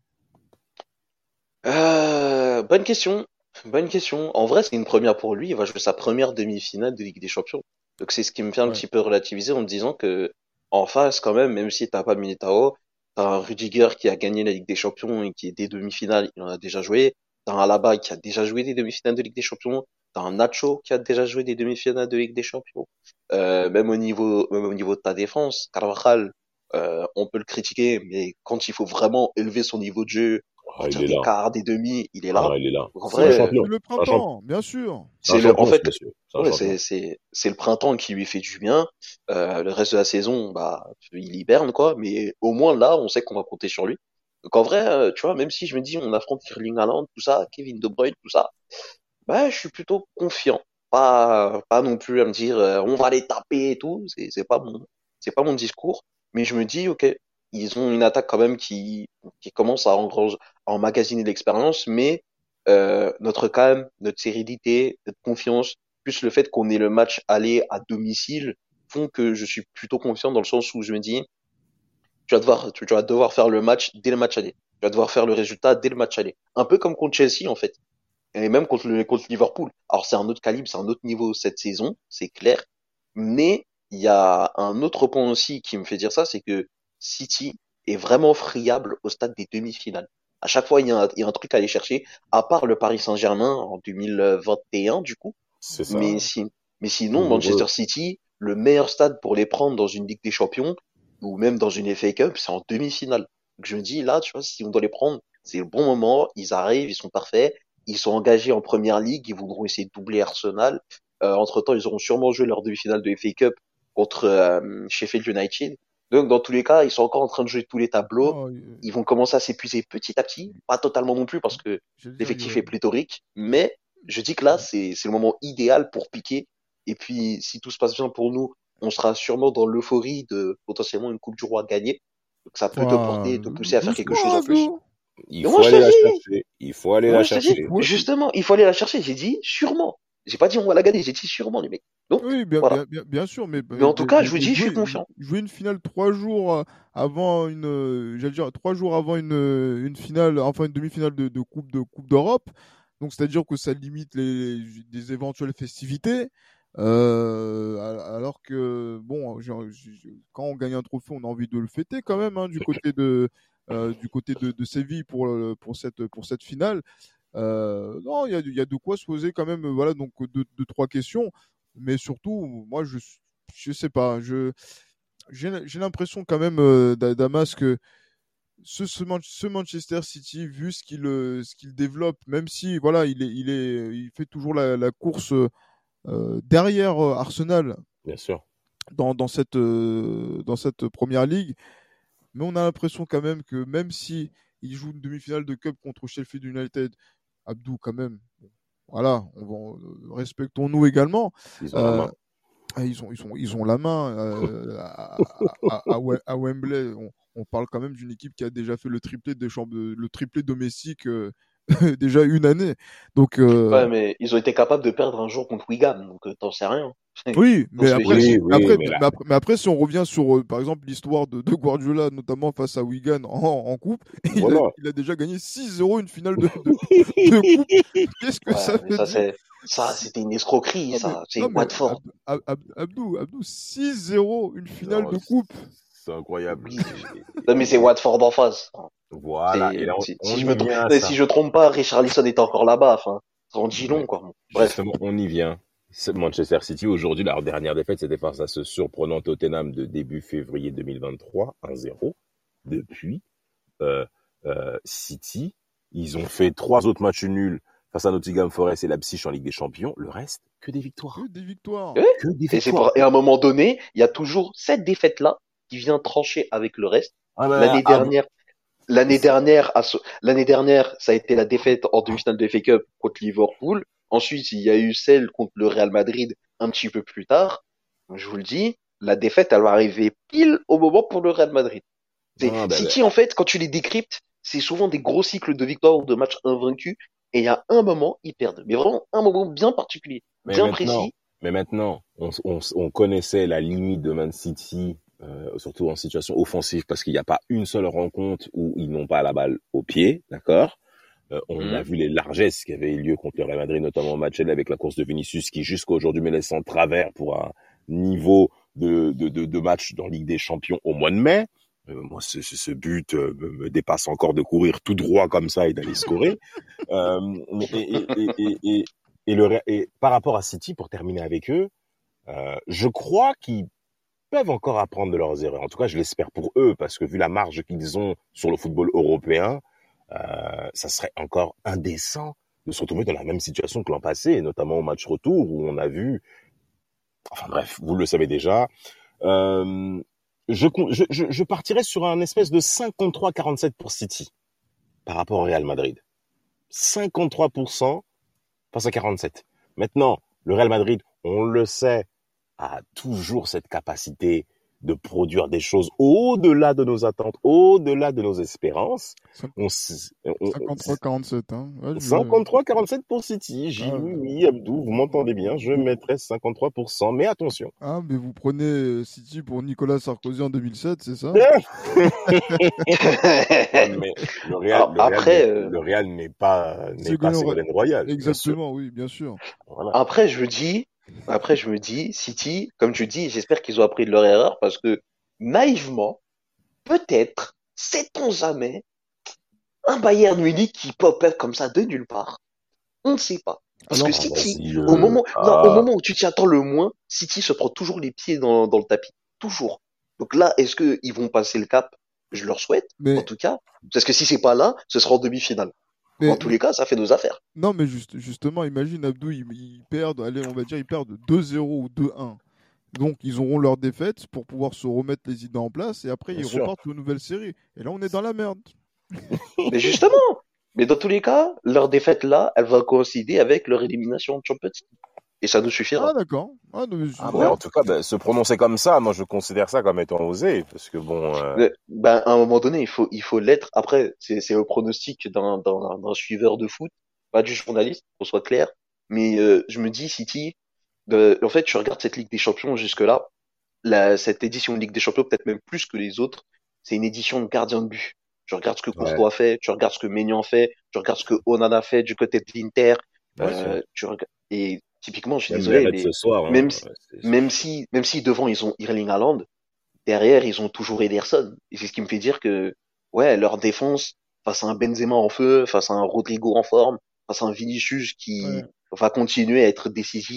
Euh, bonne question. Bonne question. En vrai, c'est une première pour lui. Il va jouer sa première demi-finale de Ligue des Champions. Donc c'est ce qui me fait un Ouais. petit peu relativiser en me disant que en face, quand même, même si t'as pas Militao, t'as un Rudiger qui a gagné la Ligue des Champions et qui est des demi-finales, il en a déjà joué. T'as un Alaba qui a déjà joué des demi-finales de Ligue des Champions. T'as un Nacho qui a déjà joué des demi-finales de Ligue des Champions. Euh, même au niveau, même au niveau de ta défense, Carvajal, euh, on peut le critiquer, mais quand il faut vraiment élever son niveau de jeu, Ah, il partir est des là. quarts, des demi, il est Ah, là. il est là. Donc, en C'est C'est un le, vrai, champion. c'est le C'est un champion. printemps, bien sûr. C'est un c'est le, en champion, ce fait, monsieur. C'est un ouais, champion. c'est, c'est, c'est le printemps qui lui fait du bien. Euh, le reste de la saison, bah, il hiberne, quoi. Mais au moins là, on sait qu'on va compter sur lui. Donc en vrai, euh, tu vois, même si je me dis, on affronte Erling Haaland, tout ça, Kevin De Bruyne, tout ça, bah, je suis plutôt confiant. Pas, pas non plus à me dire, euh, on va les taper et tout. C'est, c'est pas mon, c'est pas mon discours. Mais je me dis, ok, ils ont une attaque quand même qui, qui commence à, engrange- à emmagasiner de l'expérience, mais euh, notre calme, notre sérénité, notre confiance, plus le fait qu'on ait le match aller à domicile, font que je suis plutôt confiant dans le sens où je me dis, tu vas devoir, tu, tu vas devoir faire le match dès le match aller. Tu vas devoir faire le résultat dès le match aller. Un peu comme contre Chelsea, en fait. Et même contre le, contre Liverpool. Alors, c'est un autre calibre, c'est un autre niveau cette saison, c'est clair. Mais il y a un autre point aussi qui me fait dire ça, c'est que City est vraiment friable au stade des demi-finales. À chaque fois, il y a un, il y a un truc à aller chercher, à part le Paris Saint-Germain en deux mille vingt et un, du coup. C'est ça. Mais si, mais sinon, Douloureux. Manchester City, le meilleur stade pour les prendre dans une Ligue des Champions, ou même dans une F A Cup, c'est en demi-finale. Donc je me dis, là, tu vois, si on doit les prendre, c'est le bon moment, ils arrivent, ils sont parfaits, ils sont engagés en première ligue, ils voudront essayer de doubler Arsenal. Euh, entre-temps, ils auront sûrement joué leur demi-finale de F A Cup contre euh, Sheffield United. Donc, dans tous les cas, ils sont encore en train de jouer tous les tableaux. Non, euh, Ils vont commencer à s'épuiser petit à petit, pas totalement non plus parce que je veux dire, il y l'effectif a- est pléthorique, mais je dis que là, c'est c'est le moment idéal pour piquer. Et puis, si tout se passe bien pour nous, on sera sûrement dans l'euphorie de potentiellement une Coupe du Roi gagnée. Donc, ça peut te Ouah, porter, te pousser à faire quelque doucement, chose en plus. Abdou. Il Mais faut moi, je aller te la dis, chercher. Il faut aller mais moi, la je te dis, chercher. Ouais. justement, il faut aller la chercher. J'ai dit sûrement. J'ai pas dit on va la gagner, j'ai dit sûrement, les mecs. Donc, Oui, bien, voilà. bien, bien, bien sûr, mais, Mais mais, en tout mais- cas, mais- je vous mais dis, je suis jouer, confiant. jouer une finale trois jours euh, avant une, euh, j'allais dire trois jours avant une, euh, une finale, enfin une demi-finale de, de coupe de Coupe d'Europe. Donc c'est-à-dire que ça limite les, des éventuelles festivités. Euh, al- alors que bon, j'ai- j'ai- quand on gagne un trophée, on a envie de le fêter quand même hein, du côté de euh, du côté de, de Séville pour le- pour cette pour cette finale. Euh, non, il y a, il y a de quoi se poser quand même. euh, Voilà, donc deux, deux trois questions. mais surtout, moi, je, je sais pas, je, j'ai, j'ai l'impression quand même, euh, Da- Damas, que ce, ce, Man- ce Manchester City, vu ce qu'il, euh, ce qu'il développe, même si, voilà, il est, il est, il fait toujours la, la course euh, derrière euh, Arsenal Bien sûr. dans, dans cette, euh, dans cette première ligue, mais on a l'impression quand même que même si il joue une demi-finale de Cup contre Sheffield United, Abdou, quand même, voilà, on va, euh, respectons-nous également. Ils ont la Euh, main. ah, ils ont, ils ont, ils ont la main euh, à, à, à, Wem- à Wembley. On, on parle quand même d'une équipe qui a déjà fait le triplé des chambres, le triplé domestique euh, déjà une année. Donc euh, Ouais, mais ils ont été capables de perdre un jour contre Wigan, donc euh, t'en sais rien. oui, Dans mais tous les après, cas, Oui, c'est... oui, après, mais là, mais après, mais après, si on revient sur, euh, par exemple, l'histoire de, de Guardiola, notamment face à Wigan en, en coupe, il a, voilà. il a déjà gagné six zéro une finale de, de, de coupe. Qu'est-ce que ça Ouais, mais veut ça, dire? c'est... Ça, c'était une escroquerie, Non mais, ça. C'est non mais Watford. Ab- Ab- Ab- Abdou, Abdou, six zéro, une finale Non, de coupe. c'est incroyable. Oui. Non, mais c'est Watford en face. Voilà, et C'est... là, on, Si, si on je y me trompe, vient à non, ça. si je trompe pas, Richarlison est encore là-bas, enfin. Ça en dit long, Mais quoi. Bref. justement, on y vient. C'est Manchester City, aujourd'hui, leur dernière défaite, c'était face à ce surprenant Tottenham de début février deux mille vingt-trois, un zéro. Depuis, euh, euh, City, ils ont fait trois autres matchs nuls face à Nottingham Forest et Leipzig en Ligue des Champions. Le reste, que des victoires. Que des victoires. Ouais. Que des Et c'est victoires. pour... Et à un moment donné, il y a toujours cette défaite-là qui vient trancher avec le reste. Ah ben, L'année ah, dernière, L'année dernière, à ce- l'année dernière, ça a été la défaite en demi-finale de F A Cup contre Liverpool. Ensuite, il y a eu celle contre le Real Madrid un petit peu plus tard. Je vous le dis, la défaite, elle va arriver pile au moment pour le Real Madrid. C'est ah, ben, City, en fait, quand tu les décryptes, c'est souvent des gros cycles de victoires ou de matchs invaincus. Et il y a un moment, ils perdent. Mais vraiment un moment bien particulier, mais bien maintenant, précis. mais maintenant, on, on, on connaissait la limite de Man City, euh, surtout en situation offensive, parce qu'il n'y a pas une seule rencontre où ils n'ont pas la balle au pied, d'accord? Euh, on Mhm. a vu les largesses qui avaient eu lieu contre le Real Madrid, notamment au match aller avec la course de Vinicius, qui jusqu'à aujourd'hui me laisse en travers pour un niveau de, de, de, de match dans Ligue des Champions au mois de mai. Euh, moi, ce, ce, ce but euh, me, me dépasse encore de courir tout droit comme ça et d'aller scorer. Euh, et, et, et, et, et, et, le, et par rapport à City, pour terminer avec eux, euh, je crois qu'ils peuvent encore apprendre de leurs erreurs. En tout cas, je l'espère pour eux, parce que vu la marge qu'ils ont sur le football européen, euh, ça serait encore indécent de se retrouver dans la même situation que l'an passé, notamment au match retour où on a vu, enfin bref, vous le savez déjà. Euh, je, je, je, je partirais sur un espèce de cinquante-trois quarante-sept pour City par rapport au Real Madrid. cinquante-trois pour cent face à quarante-sept. Maintenant, le Real Madrid, on le sait, a toujours cette capacité de produire des choses au-delà de nos attentes, au-delà de nos espérances. On, on, cinquante-trois quarante-sept. Hein. Ouais, je... cinquante-trois quarante-sept pour City. J'ai Ah, oui, oui, Abdou, vous m'entendez bien, je mettrai cinquante-trois pour cent, mais attention. Ah, mais vous prenez City pour Nicolas Sarkozy en deux mille sept, c'est ça? mais le Real, Alors, le après, Real, euh, le Real n'est pas, n'est Ségolène pas Royal. Ségolène Royal. Exactement, oui, bien sûr. Voilà. Après, je me dis, après, je me dis, City, comme tu dis, j'espère qu'ils ont appris de leur erreur parce que, naïvement, peut-être, sait-on jamais, un Bayern Munich qui pop-up comme ça de nulle part. On ne sait pas. Parce Alors, que City, euh, au moment, ah. non, au moment où tu t'y attends le moins, City se prend toujours les pieds dans, dans le tapis. Toujours. Donc là, est-ce que ils vont passer le cap? Je leur souhaite, mais... en tout cas. Parce que si c'est pas là, ce sera en demi-finale. Mais... En tous les cas, ça fait nos affaires. Non, mais juste, justement, imagine Abdou, ils, ils perdent, allez, on va dire, ils perdent deux zéro ou deux un. Donc, ils auront leur défaite pour pouvoir se remettre les idées en place et après, Bien ils sûr. repartent sur une nouvelle série. Et là, on est dans la merde. Mais justement, mais dans tous les cas, leur défaite là, elle va coïncider avec leur élimination de Champions League. Et ça nous suffira. Ah, d'accord. Ah, non, mais... Ah, Ouais. en tout cas, ben, se prononcer comme ça, moi je considère ça comme étant osé, parce que bon. Euh... Mais, ben, à un moment donné, il faut, il faut l'être. Après, c'est, c'est le pronostic d'un, d'un, d'un suiveur de foot, pas du journaliste, qu'on soit clair. Mais euh, je me dis, City, de, en fait, je regarde cette Ligue des Champions jusque-là, la, cette édition de Ligue des Champions, peut-être même plus que les autres, c'est une édition de gardien de but. Tu regardes ce que Courtois Ouais. fait, tu regardes ce que Maignan fait, tu regardes ce que Onana fait du côté de l'Inter. Bien Euh, tu regardes, et typiquement, je suis Même désolé, les Reds mais ce soir. même hein, si- c'est- même si, même si devant ils ont Erling Haaland, derrière ils ont toujours Ederson. Et c'est ce qui me fait dire que, ouais, leur défense, face à un Benzema en feu, face à un Rodrigo en forme, face à un Vinicius qui Ouais. va continuer à être décisif,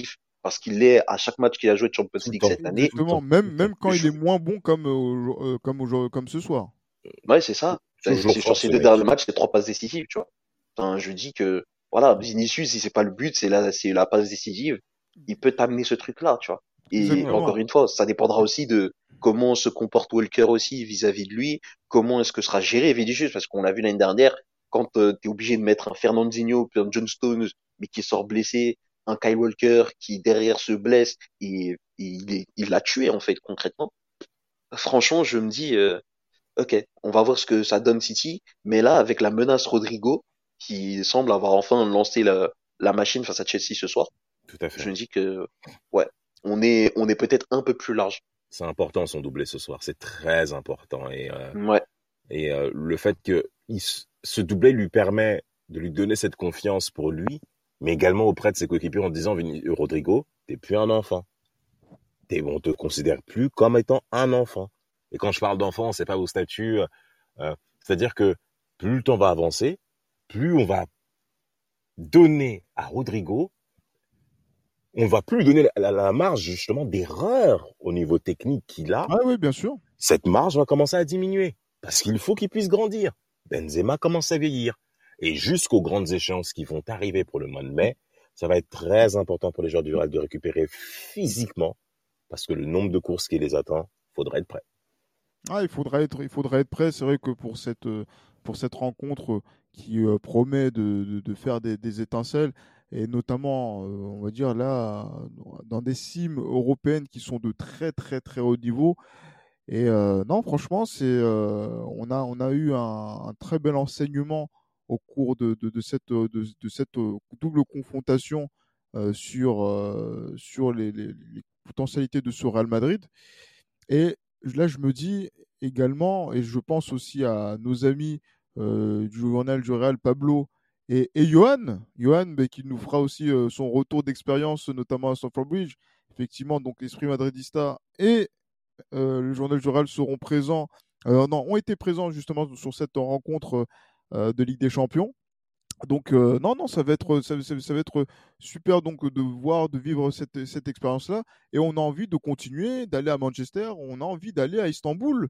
parce qu'il l'est à chaque match qu'il a joué de Champions Tout le League temps. cette année. Exactement, Tout le temps, même, tout le temps. même quand il Je- est moins bon comme, euh, au- euh, comme, au- comme ce soir. Ouais, c'est ça. Toujours C'est fort, sur ces ce deux mec. derniers matchs, c'est trois passes décisives, tu vois. Enfin, je dis que, voilà, Vinicius, si c'est pas le but, c'est la, c'est la passe décisive. Il peut t'amener ce truc-là, tu vois. Et Exactement. encore une fois, ça dépendra aussi de comment se comporte Walker aussi vis-à-vis de lui, comment est-ce que sera géré Vinicius, parce qu'on l'a vu l'année dernière, quand euh, t'es obligé de mettre un Fernandinho, puis un John Stones, mais qui sort blessé, un Kyle Walker qui derrière se blesse, et, et il est- il l'a tué en fait concrètement. Franchement, je me dis, euh, ok, on va voir ce que ça donne City, mais là, avec la menace Rodrigo, qui semble avoir enfin lancé la, la machine face à Chelsea ce soir, Tout à je fait. me dis que, ouais, on est, on est peut-être un peu plus large. C'est important son doublé ce soir. C'est très important. Et, euh, Ouais, et euh, le fait que il, s- ce doublé lui permet de lui donner cette confiance pour lui, mais également auprès de ses coéquipiers en disant Vini- Rodrigo, t'es plus un enfant. T'es, on te considère plus comme étant un enfant. Et quand je parle d'enfant, c'est pas au statut. euh, c'est-à-dire que plus le temps va avancer, plus on va donner à Rodrigo, on va plus lui donner la, la- la marge justement d'erreur au niveau technique qu'il a. Ah oui, bien sûr. Cette marge va commencer à diminuer parce qu'il faut qu'il puisse grandir. Benzema commence à vieillir. Et jusqu'aux grandes échéances qui vont arriver pour le mois de mai, ça va être très important pour les joueurs du Real de récupérer physiquement parce que le nombre de courses qui les attend, faudra être prêt. Ah, il faudra être, il faudra être prêt. C'est vrai que pour cette, euh, pour cette rencontre euh, qui euh, promet de, de, de faire des, des étincelles, et notamment, euh, on va dire là, dans des cimes européennes qui sont de très très très haut niveau. Et euh, non, franchement, c'est, euh, on a, on a eu un, un très bel enseignement au cours de, de, de cette, euh, de, de cette euh, double confrontation euh, sur, euh, sur les, les, les potentialités de ce Real Madrid. Et là, je me dis également, et je pense aussi à nos amis euh, du journal du Real, Pablo et, et Johan, Johan ben, qui nous fera aussi euh, son retour d'expérience, notamment à Stamford Bridge. Effectivement, donc l'esprit madridista et euh, le journal du Real seront présents, euh, non, ont été présents justement sur cette rencontre euh, de Ligue des Champions. Donc euh, non, non, ça va être, ça, ça- ça va être super donc de voir, de vivre cette, cette expérience-là. Et on a envie de continuer, d'aller à Manchester, on a envie d'aller à Istanbul.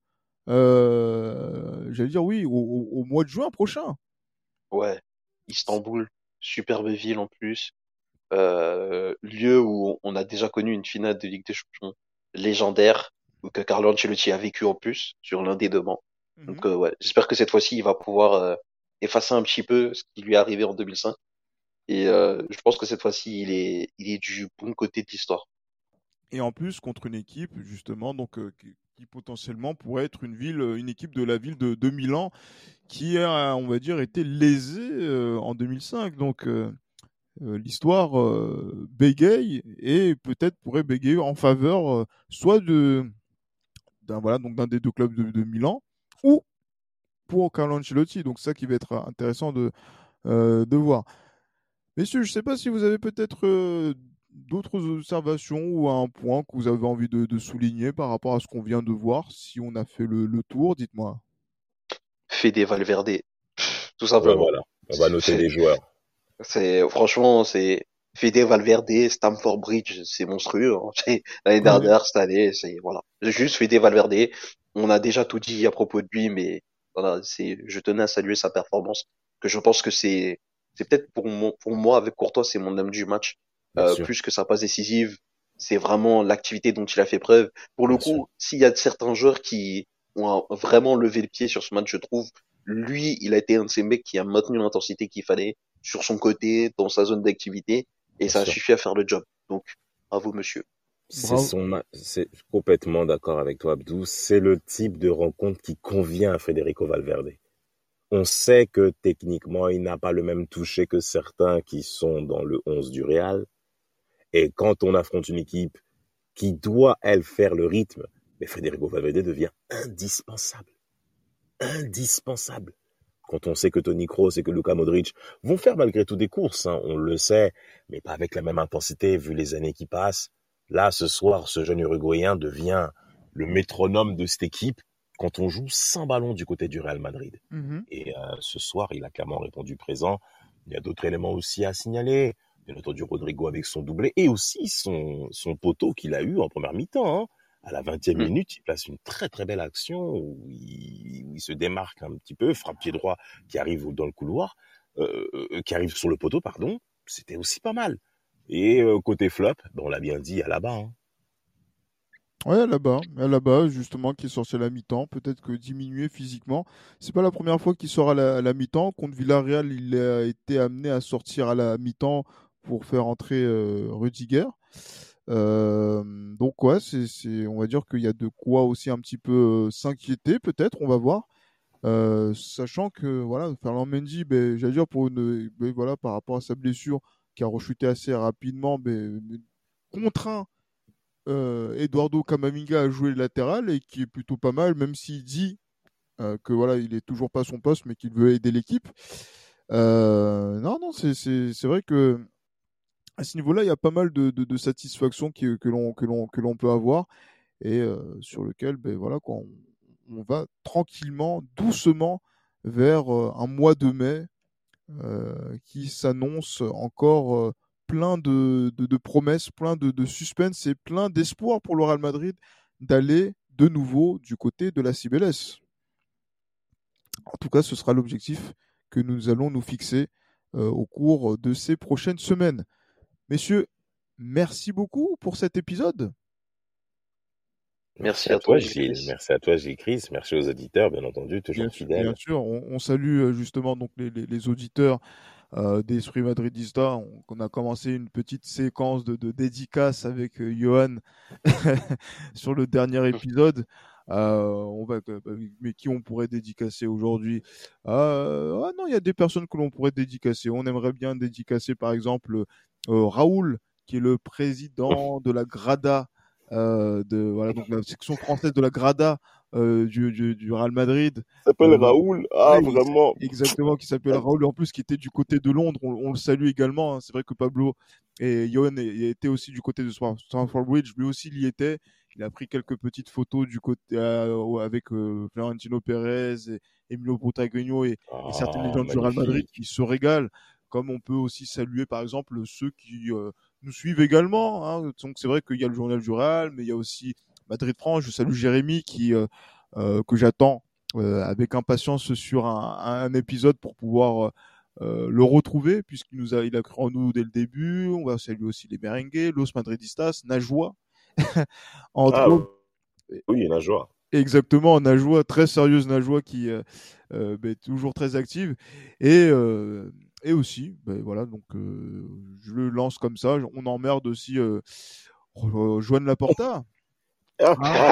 Euh, j'allais dire oui, au, au- au mois de juin prochain. ouais. Istanbul, superbe ville en plus. Euh, lieu où on a déjà connu une finale de Ligue des Champions légendaire, où que Carlo Ancelotti a vécu en plus sur l'un des deux bancs. Mhm. Donc euh, ouais, j'espère que cette fois-ci il va pouvoir euh, effacer un petit peu ce qui lui est arrivé en deux mille cinq. Et euh, je pense que cette fois-ci il est il est du bon côté de l'histoire. Et en plus contre une équipe justement donc euh, qui, qui potentiellement pourrait être une ville, une équipe de la ville de, de Milan qui a, on va dire, été lésée euh, en deux mille cinq. Donc euh, euh, l'histoire euh, bégaye et peut-être pourrait bégayer en faveur euh, soit de d'un voilà donc d'un des deux clubs de, de Milan ou pour Carlo Ancelotti. Donc ça qui va être intéressant de euh, de voir. Messieurs, je ne sais pas si vous avez peut-être euh, d'autres observations ou un point que vous avez envie de, de souligner par rapport à ce qu'on vient de voir. Si on a fait le, le tour, dites-moi. Fede Valverde, tout Ouais, simplement. voilà. On va noter C'est les joueurs. c'est- franchement c'est Fede Valverde, Stamford Bridge, c'est monstrueux. Hein. C'est- L'année Ouais. dernière, cette année, c'est voilà. Juste Fede Valverde. On a déjà tout dit à propos de lui, mais voilà, c'est, je tenais à saluer sa performance, que je pense que c'est, c'est peut-être pour mon, pour moi avec Courtois, c'est mon homme du match, Bien euh, sûr, plus que sa passe décisive. C'est vraiment l'activité dont il a fait preuve. Pour le bien sûr. coup, s'il y a certains joueurs qui ont vraiment levé le pied sur ce match, je trouve, lui, il a été un de ces mecs qui a maintenu l'intensité qu'il fallait sur son côté, dans sa zone d'activité, et Bien ça a sûr. suffi à faire le job. Donc, bravo monsieur. C'est Bravo. son, ma- c'est complètement d'accord avec toi, Abdou. C'est le type de rencontre qui convient à Federico Valverde. On sait que techniquement, il n'a pas le même toucher que certains qui sont dans le onze du Real. Et quand on affronte une équipe qui doit, elle, faire le rythme, mais Federico Valverde devient indispensable. Indispensable. Quand on sait que Toni Kroos et que Luka Modric vont faire malgré tout des courses, hein, on le sait, mais pas avec la même intensité vu les années qui passent. Là, ce soir, ce jeune Uruguayen devient le métronome de cette équipe quand on joue sans ballon du côté du Real Madrid. Mhm. Et euh, ce soir, il a clairement répondu présent. Il y a d'autres éléments aussi à signaler. bien entendu Rodrigo avec son doublé et aussi son, son poteau qu'il a eu en première mi-temps. Hein. À la vingtième Mm. minute, il place une très très belle action où il, où il se démarque un petit peu, frappe pied droit qui arrive dans le couloir, euh, euh, qui arrive sur le poteau, pardon. C'était aussi pas mal. Et euh, côté flop, ben, on l'a bien dit, à la bas. Hein. Ouais, là-bas, là-bas, justement, qui est sorti à la mi-temps, peut-être que diminué physiquement. C'est pas la première fois qu'il sort à la, à la mi-temps. Contre Villarreal, il a été amené à sortir à la mi-temps pour faire entrer euh, Rudiger. Euh, donc ouais, c'est, c'est, on va dire qu'il y a de quoi aussi un petit peu euh, s'inquiéter, peut-être, on va voir. Euh, sachant que voilà, Ferland Mendy, ben, j'allais dire pour une, ben, voilà, par rapport à sa blessure qui a rechuté assez rapidement, ben, contraint euh, Eduardo Camavinga a joué latéral et qui est plutôt pas mal, même s'il dit euh, que voilà, il est toujours pas à son poste, mais qu'il veut aider l'équipe. Euh, non, non, c'est, c'est, c'est vrai que à ce niveau-là, il y a pas mal de, de, de satisfaction qui, que l'on que l'on que l'on peut avoir et euh, sur lequel, ben voilà, quoi, on, on va tranquillement, doucement vers euh, un mois de mai euh, qui s'annonce encore euh, plein de, de, de promesses, plein de, de suspense et plein d'espoir pour le Real Madrid d'aller de nouveau du côté de la C B L S. En tout cas, ce sera l'objectif que nous allons nous fixer euh, au cours de ces prochaines semaines. Messieurs, merci beaucoup pour cet épisode. Merci, Merci à à toi, toi, Gilles. Chris. Merci à toi, Gilles Chris. Merci aux auditeurs, bien entendu, Bien toujours sûr, bien fidèles. sûr. On, on salue euh, justement donc les, les, les auditeurs euh, d'Esprit Madridista. On, on a commencé une petite séquence de, de dédicaces avec euh, Johan sur le dernier épisode. Euh, on va, mais qui on pourrait dédicacer aujourd'hui? euh, Ah non, il y a des personnes que l'on pourrait dédicacer. On aimerait bien dédicacer par exemple euh, Raoul, qui est le président de la Grada, euh, de voilà donc la section française de la Grada euh, du, du, du Real Madrid. Il s'appelle Euh, Raoul. Ah, ouais, vraiment. exactement, qui s'appelle Raoul, en plus qui était du côté de Londres, on, on le salue également, hein. C'est vrai que Pablo et Johan étaient aussi du côté de Stamford Bridge, lui aussi il y était, il a pris quelques petites photos du côté euh, avec euh, Florentino Pérez, et Emilio Butragueño et, et certaines Ah, légendes du Real Madrid magnifique. qui se régalent, comme on peut aussi saluer par exemple ceux qui euh, nous suivent également, hein. Donc c'est vrai qu'il y a le journal du Real, mais il y a aussi Madrid France. Je salue Jérémy qui euh, euh, que j'attends euh, avec impatience sur un, un épisode pour pouvoir euh, le retrouver, puisqu'il nous a, il a cru en nous dès le début. On va saluer aussi les merengues, Los Madridistas, Najwa, entre Ah, autres. oui, la joie. Exactement, Najwa, très sérieuse Najwa qui euh, euh, bah, est toujours très active. Et, euh, et aussi, bah, voilà, donc euh, je le lance comme ça. On emmerde aussi euh, Joan Laporta. Hein,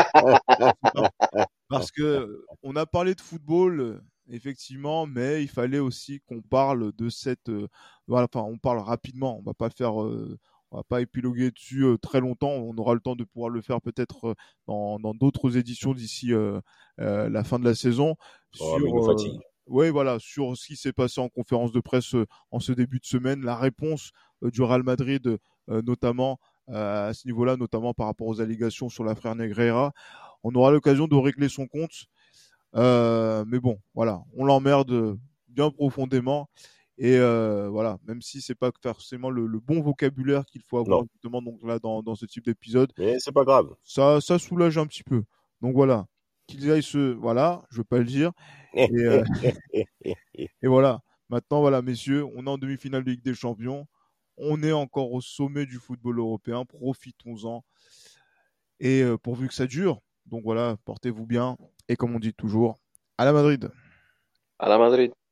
parce que on a parlé de football, effectivement, mais il fallait aussi qu'on parle de cette. Euh, voilà, enfin, on parle rapidement. On va pas faire, euh, on va pas épiloguer dessus euh, très longtemps. On aura le temps de pouvoir le faire peut-être euh, dans dans d'autres éditions d'ici euh, euh, la fin de la saison. Oh, mais il nous Sur, euh, fatigue. ouais, voilà, sur ce qui s'est passé en conférence de presse euh, en ce début de semaine, la réponse euh, du Real Madrid, euh, notamment euh, à ce niveau-là, notamment par rapport aux allégations sur l'affaire Negreira. On aura l'occasion de régler son compte. Euh, mais bon, voilà, on l'emmerde bien profondément. Et euh, voilà, même si c'est pas forcément le, le bon vocabulaire qu'il faut avoir Non, justement donc là dans, dans ce type d'épisode, mais c'est pas grave. ça, ça soulage un petit peu. Donc voilà, qu'ils aillent se, voilà, je veux pas le dire. Et, euh, et voilà, maintenant voilà, messieurs, on est en demi-finale de Ligue des Champions. On est encore au sommet du football européen. Profitons-en. Et euh, pourvu que ça dure. Donc voilà, portez-vous bien. Et comme on dit toujours, à la Madrid. À la Madrid.